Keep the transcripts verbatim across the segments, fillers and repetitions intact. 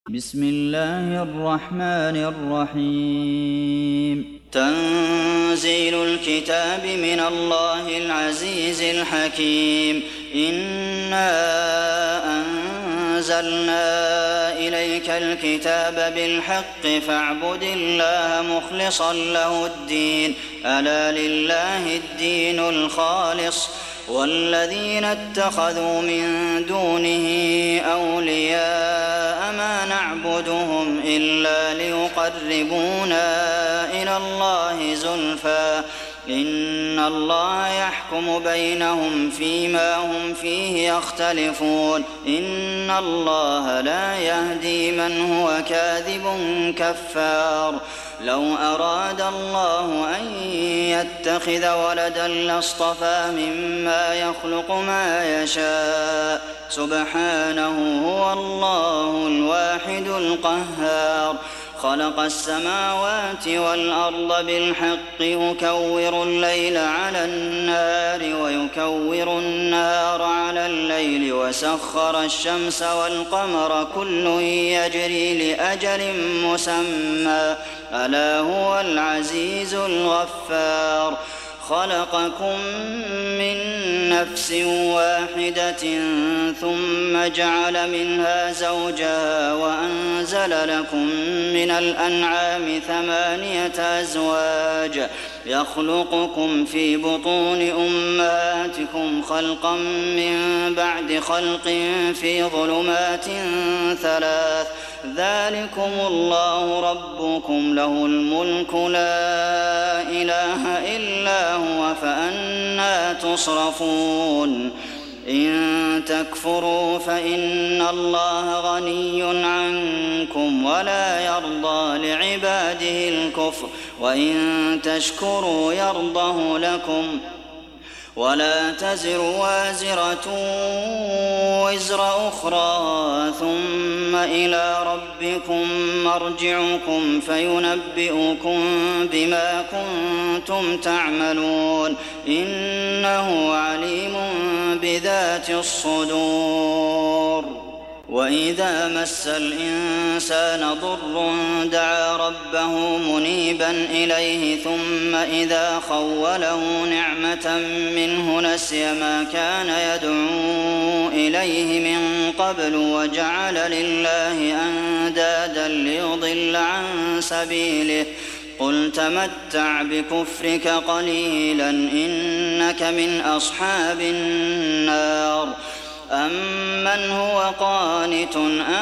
بسم الله الرحمن الرحيم تنزيل الكتاب من الله العزيز الحكيم إنا أنزلنا إليك الكتاب بالحق فاعبد الله مخلصا له الدين ألا لله الدين الخالص والذين اتخذوا من دونه أولياء ما نعبدهم إلا ليقربونا إلى الله زلفى إن الله يحكم بينهم فيما هم فيه يختلفون إن الله لا يهدي من هو كاذب كفار لو أراد الله أن يتخذ ولدا لاصطفى مما يخلق ما يشاء سبحانه هو الله الواحد القهار خلق السماوات والأرض بالحق يكور الليل على النهار ويكور النهار على الليل وسخر الشمس والقمر كل يجري لأجل مسمى ألا هو العزيز الغفار خلقكم من نفس واحدة ثم جعل منها زوجها وأنزل لكم من الأنعام ثمانية أزواج يخلقكم في بطون أمهاتكم خلقا من بعد خلق في ظلمات ثلاث ذلكم الله ربكم له الملك لا إله إلا هو فأنى تصرفون إن تكفروا فإن الله غني عنكم ولا يرضى لعباده الكفر وإن تشكروا يرضه لكم ولا تزر وازرة وزر أخرى ثم إلى ربكم مرجعكم فينبئكم بما كنتم تعملون إنه عليم بذات الصدور وإذا مس الإنسان ضر دعا ربه منيبا إليه ثم إذا خوله نعمة منه نسي ما كان يدعو إليه من قبل وجعل لله أندادا ليضل عن سبيله قل تمتع بكفرك قليلا إنك من أصحاب النار أمن هو قانت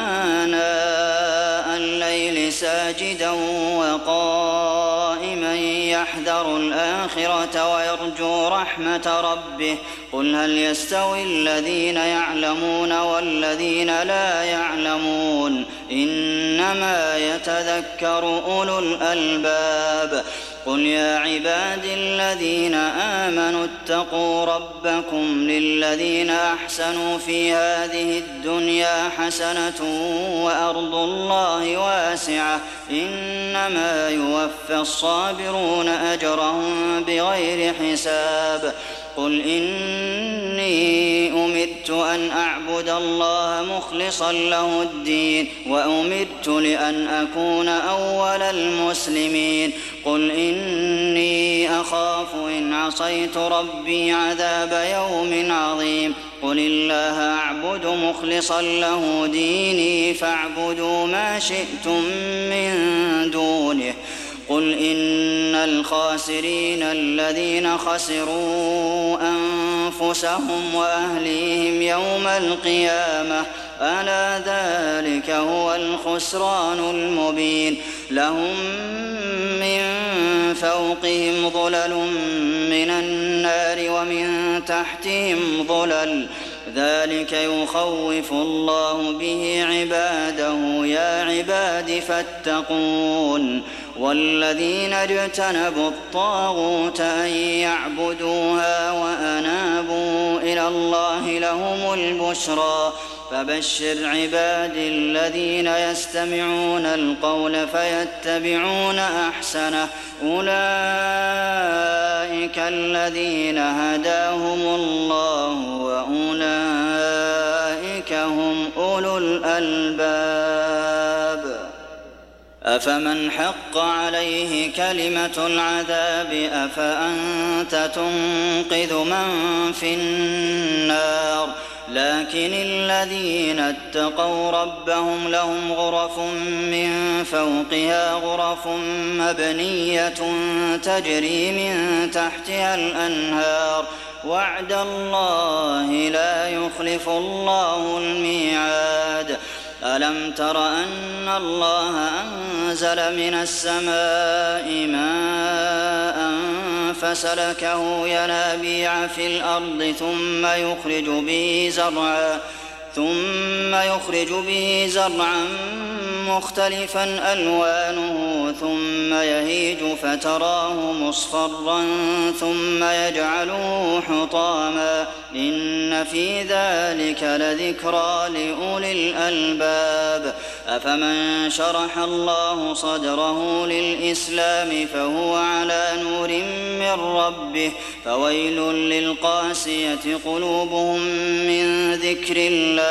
آناء الليل ساجدا وقائما يحذر الآخرة ويرجو رحمة ربه قل هل يستوي الذين يعلمون والذين لا يعلمون إنما يتذكر أولو الألباب قل يا عباد الذين آمنوا اتقوا ربكم للذين أحسنوا في هذه الدنيا حسنة وأرض الله واسعة إنما يوفى الصابرون أجرهم بغير حساب قل إني أمرت أن أعبد الله مخلصا له الدين وأمرت لأن أكون أول المسلمين قل إني أخاف إن عصيت ربي عذاب يوم عظيم قل الله أعبد مخلصا له ديني فاعبدوا ما شئتم من دونه قل إن الخاسرين الذين خسروا أنفسهم وأهليهم يوم القيامة ألا ذلك هو الخسران المبين لهم من فوقهم ظلل من النار ومن تحتهم ظلل ذلك يخوف الله به عباده يا عباد فاتقون والذين اجتنبوا الطاغوت أن يعبدوها وأنابوا إلى الله لهم البشرى فبشر عبادي الذين يستمعون القول فيتبعون أحسنه أولئك الذين هداهم الله وأولئك هم أولو الألباب أفمن حق عليه كلمة العذاب أفأنت تنقذ من في النار لكن الذين اتقوا ربهم لهم غرف من فوقها غرف مبنية تجري من تحتها الأنهار وعد الله لا يخلف الله الميعاد ألم تر أن الله أنزل من السماء ماء فسلكه ينابيع في الأرض ثم يخرج به زرعا ثم يخرج به زرعا مختلفا ألوانه ثم يهيج فتراه مصفرا ثم يجعله حطاما إن في ذلك لذكرى لأولي الألباب أفمن شرح الله صدره للإسلام فهو على نور من ربه فويل للقاسية قلوبهم من ذكر الله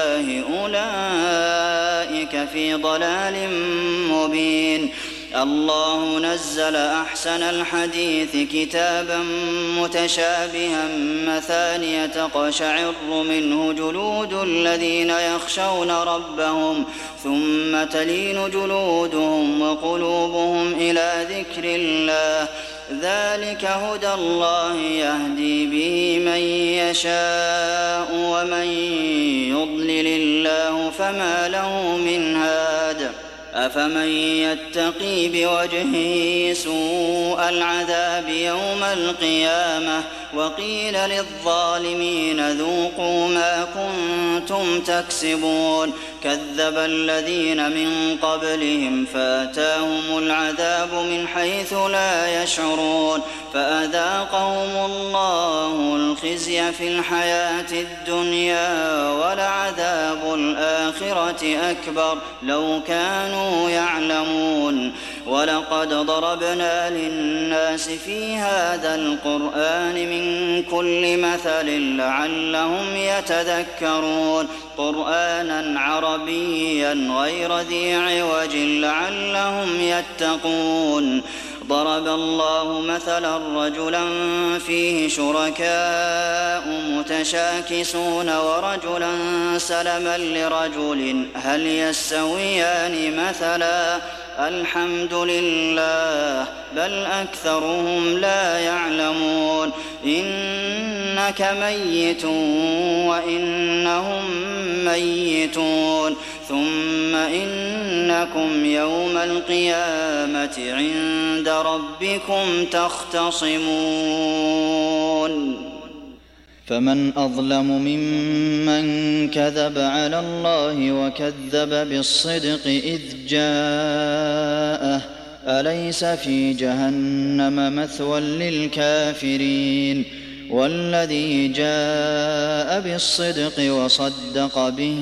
أولئك في ضلال مبين الله نزل أحسن الحديث كتابا متشابها مثانية تقشعر منه جلود الذين يخشون ربهم ثم تلين جلودهم وقلوبهم إلى ذكر الله ذلك هدى الله يهدي به من يشاء ومن يضلل الله فما له من هاد أفمن يتقي بوجهه سوء العذاب يوم القيامة وقيل للظالمين ذوقوا ما كنتم تكسبون كذب الذين من قبلهم فأتاهم العذاب من حيث لا يشعرون فأذاقهم الله الخزي في الحياة الدنيا ولعذاب الآخرة أكبر لو كانوا يعلمون ولقد ضربنا للناس في هذا القرآن من كل مثل لعلهم يتذكرون قرآنا عربيا غير ذي عوج لعلهم يتقون ضرب الله مثلا رجلا فيه شركاء متشاكسون ورجلا سلما لرجل هل يستويان مثلا الحمد لله بل أكثرهم لا يعلمون إنك ميت وإنهم ميتون ثم إنكم يوم القيامة عند ربكم تختصمون فمن أظلم ممن كذب على الله وكذب بالصدق إذ جاءه أليس في جهنم مثوى للكافرين والذي جاء بالصدق وصدق به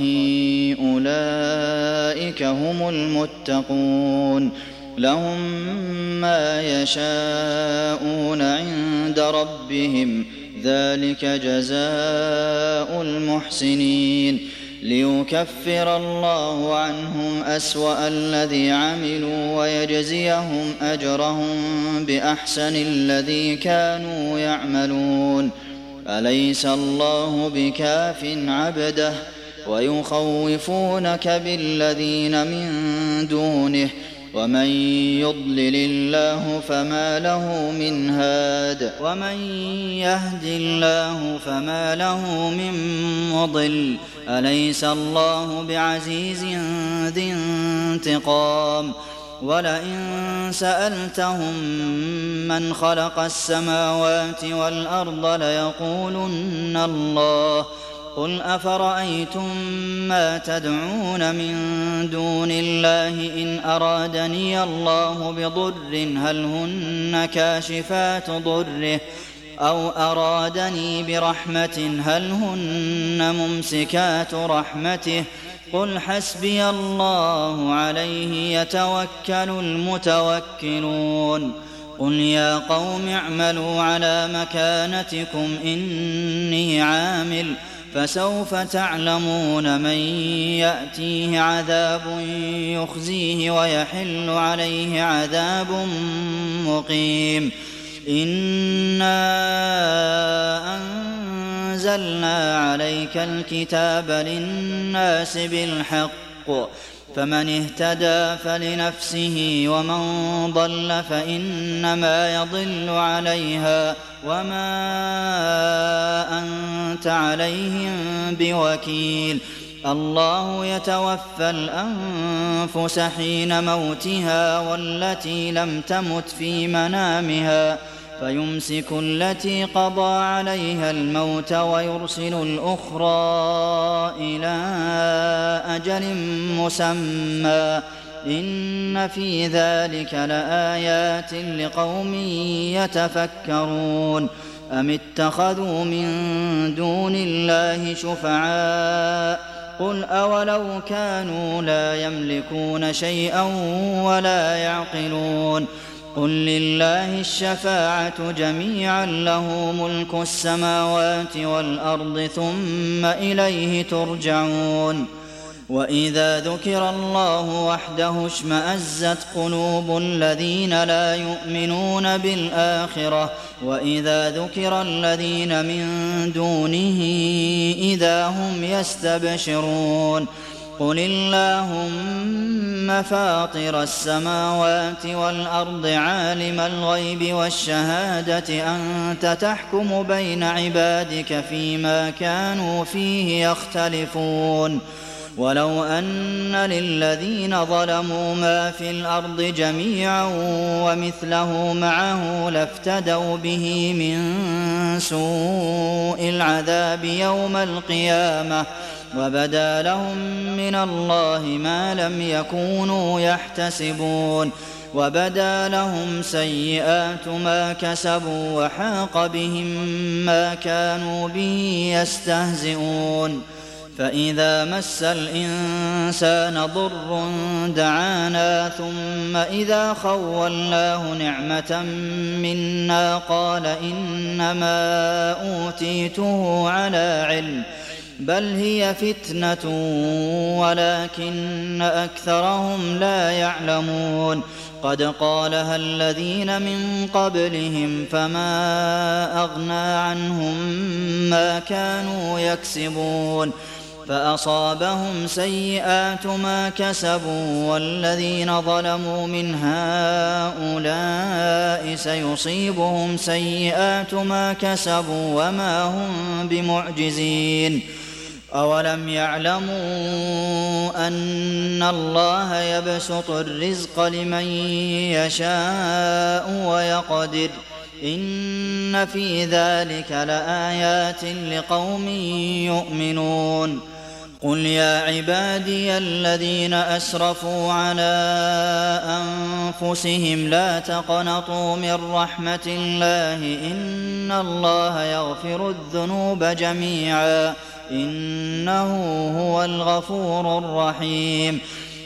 أولئك هم المتقون لهم ما يشاءون عند ربهم ذلك جزاء المحسنين ليكفر الله عنهم أسوأ الذي عملوا ويجزيهم أجرهم بأحسن الذي كانوا يعملون أليس الله بكاف عبده ويخوفونك بالذين من دونه ومن يضلل الله فما له من هاد ومن يهد الله فما له من مضل أليس الله بعزيز ذي انتقام ولئن سألتهم من خلق السماوات والأرض ليقولن الله قل أفرأيتم ما تدعون من دون الله إن أرادني الله بضر هل هن كاشفات ضره أو أرادني برحمة هل هن ممسكات رحمته قل حسبي الله عليه يتوكل المتوكلون قل يا قوم اعملوا على مكانتكم إني عامل فسوف تعلمون من يأتيه عذاب يخزيه ويحل عليه عذاب مقيم إنا أنزلنا عليك الكتاب للناس بالحق فمن اهتدى فلنفسه ومن ضل فإنما يضل عليها وما أنت عليهم بوكيل الله يتوفى الأنفس حين موتها والتي لم تمت في منامها فيمسك التي قضى عليها الموت ويرسل الأخرى إلى أجل مسمى إن في ذلك لآيات لقوم يتفكرون أم اتخذوا من دون الله شفعاء قل أولو كانوا لا يملكون شيئا ولا يعقلون قل لله الشفاعة جميعا له ملك السماوات والأرض ثم إليه ترجعون وإذا ذكر الله وحده اشمأزت قلوب الذين لا يؤمنون بالآخرة وإذا ذكر الذين من دونه إذا هم يستبشرون قل اللهم فاطر السماوات والأرض عالم الغيب والشهادة أنت تحكم بين عبادك فيما كانوا فيه يختلفون ولو أن للذين ظلموا ما في الأرض جميعا ومثله معه لافتدوا به من سوء العذاب يوم القيامة وبدا لهم من الله ما لم يكونوا يحتسبون وبدا لهم سيئات ما كسبوا وحاق بهم ما كانوا به يستهزئون فإذا مس الإنسان ضر دعانا ثم إذا خولناه نعمة منا قال إنما أوتيته على علم بل هي فتنة ولكن أكثرهم لا يعلمون قد قالها الذين من قبلهم فما أغنى عنهم ما كانوا يكسبون فأصابهم سيئات ما كسبوا والذين ظلموا من هؤلاء سيصيبهم سيئات ما كسبوا وما هم بمعجزين أولم يعلموا أن الله يبسط الرزق لمن يشاء ويقدر إن في ذلك لآيات لقوم يؤمنون قل يا عبادي الذين أسرفوا على أنفسهم لا تقنطوا من رحمة الله إن الله يغفر الذنوب جميعا إنه هو الغفور الرحيم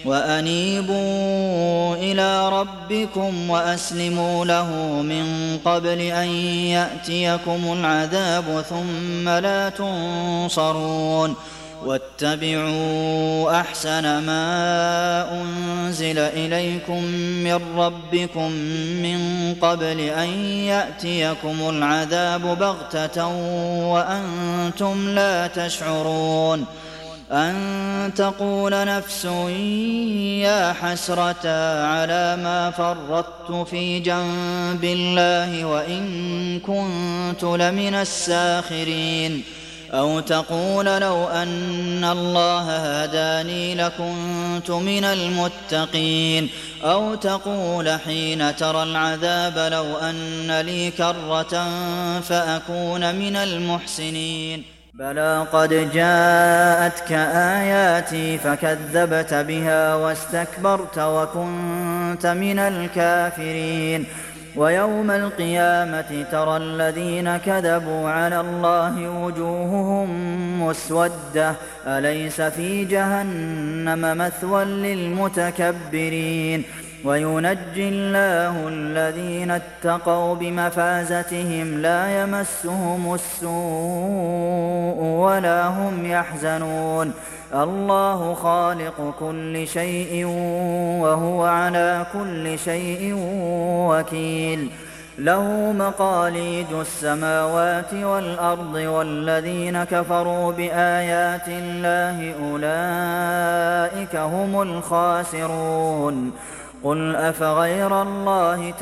وأنيبوا إلى ربكم وأسلموا له من قبل أن يأتيكم العذاب ثم لا تنصرون واتبعوا أحسن ما أنزل إليكم من ربكم من قبل أن يأتيكم العذاب بغتة وأنتم لا تشعرون أن تقول نفس يا حسرة على ما فرطت في جنب الله وإن كنت لمن الساخرين أو تقول لو أن الله هداني لكنت من المتقين أو تقول حين ترى العذاب لو أن لي كرة فأكون من المحسنين بلى قد جاءتك آياتي فكذبت بها واستكبرت وكنت من الكافرين ويوم القيامة ترى الذين كذبوا على الله وجوههم مسودة أليس في جهنم مثوى للمتكبرين وينجي الله الذين اتقوا بمفازتهم لا يمسهم السوء ولا هم يحزنون الله خالق كل شيء وهو على كل شيء وكيل له مقاليد السماوات والأرض والذين كفروا بآيات الله أولئك هم الخاسرون قل أفغير الله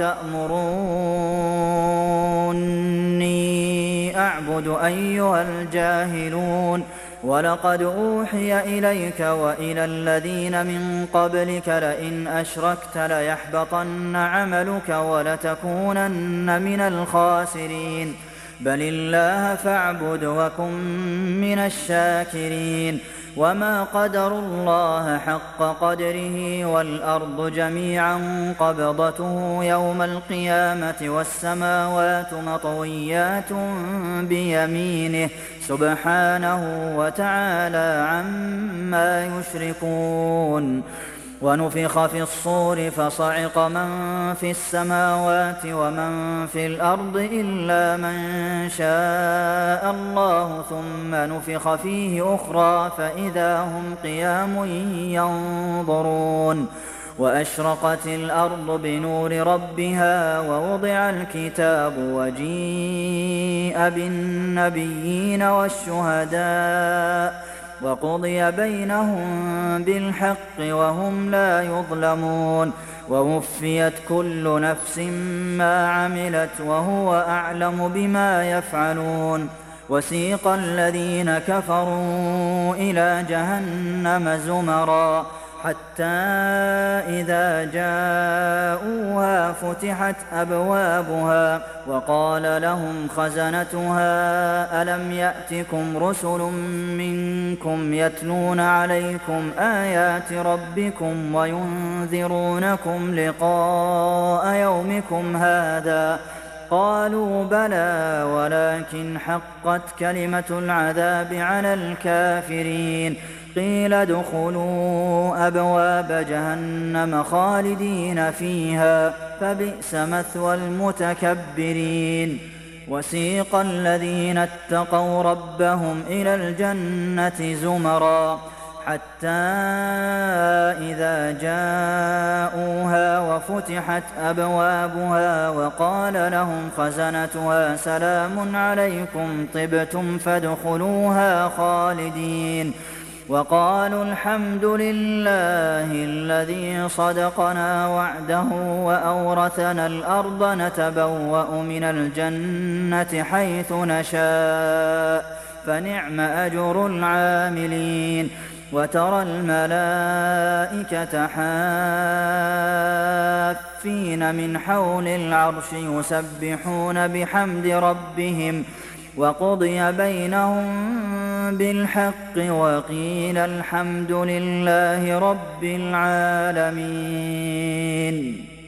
تأمروني أعبد أيها الجاهلون ولقد أوحي إليك وإلى الذين من قبلك لئن أشركت ليحبطن عملك ولتكونن من الخاسرين بل الله فاعبد وكن من الشاكرين وما قدروا الله حق قدره والأرض جميعا قبضته يوم القيامة والسماوات مطويات بيمينه سبحانه وتعالى عما يشركون ونفخ في الصور فصعق من في السماوات ومن في الأرض إلا من شاء الله ثم نفخ فيه أخرى فإذا هم قيام ينظرون وأشرقت الأرض بنور ربها ووضع الكتاب وجيء بالنبيين والشهداء وقضي بينهم بالحق وهم لا يظلمون ووفيت كل نفس ما عملت وهو أعلم بما يفعلون وسيق الذين كفروا إلى جهنم زمرا حتى إذا جاءوها فتحت أبوابها وقال لهم خزنتها ألم يأتكم رسل منكم يتلون عليكم آيات ربكم وينذرونكم لقاء يومكم هذا قالوا بلى ولكن حقت كلمة العذاب على الكافرين قيل ادخلوا أبواب جهنم خالدين فيها فبئس مثوى المتكبرين وسيق الذين اتقوا ربهم إلى الجنة زمرا حتى إذا جاءوها وفتحت أبوابها وقال لهم خزنتها سلام عليكم طبتم فادخلوها خالدين وقالوا الحمد لله الذي صدقنا وعده وأورثنا الأرض نتبوأ من الجنة حيث نشاء فنعم أجر العاملين وترى الملائكة حافين من حول العرش يسبحون بحمد ربهم وقضي بينهم بالحق وقيل الحمد لله رب العالمين.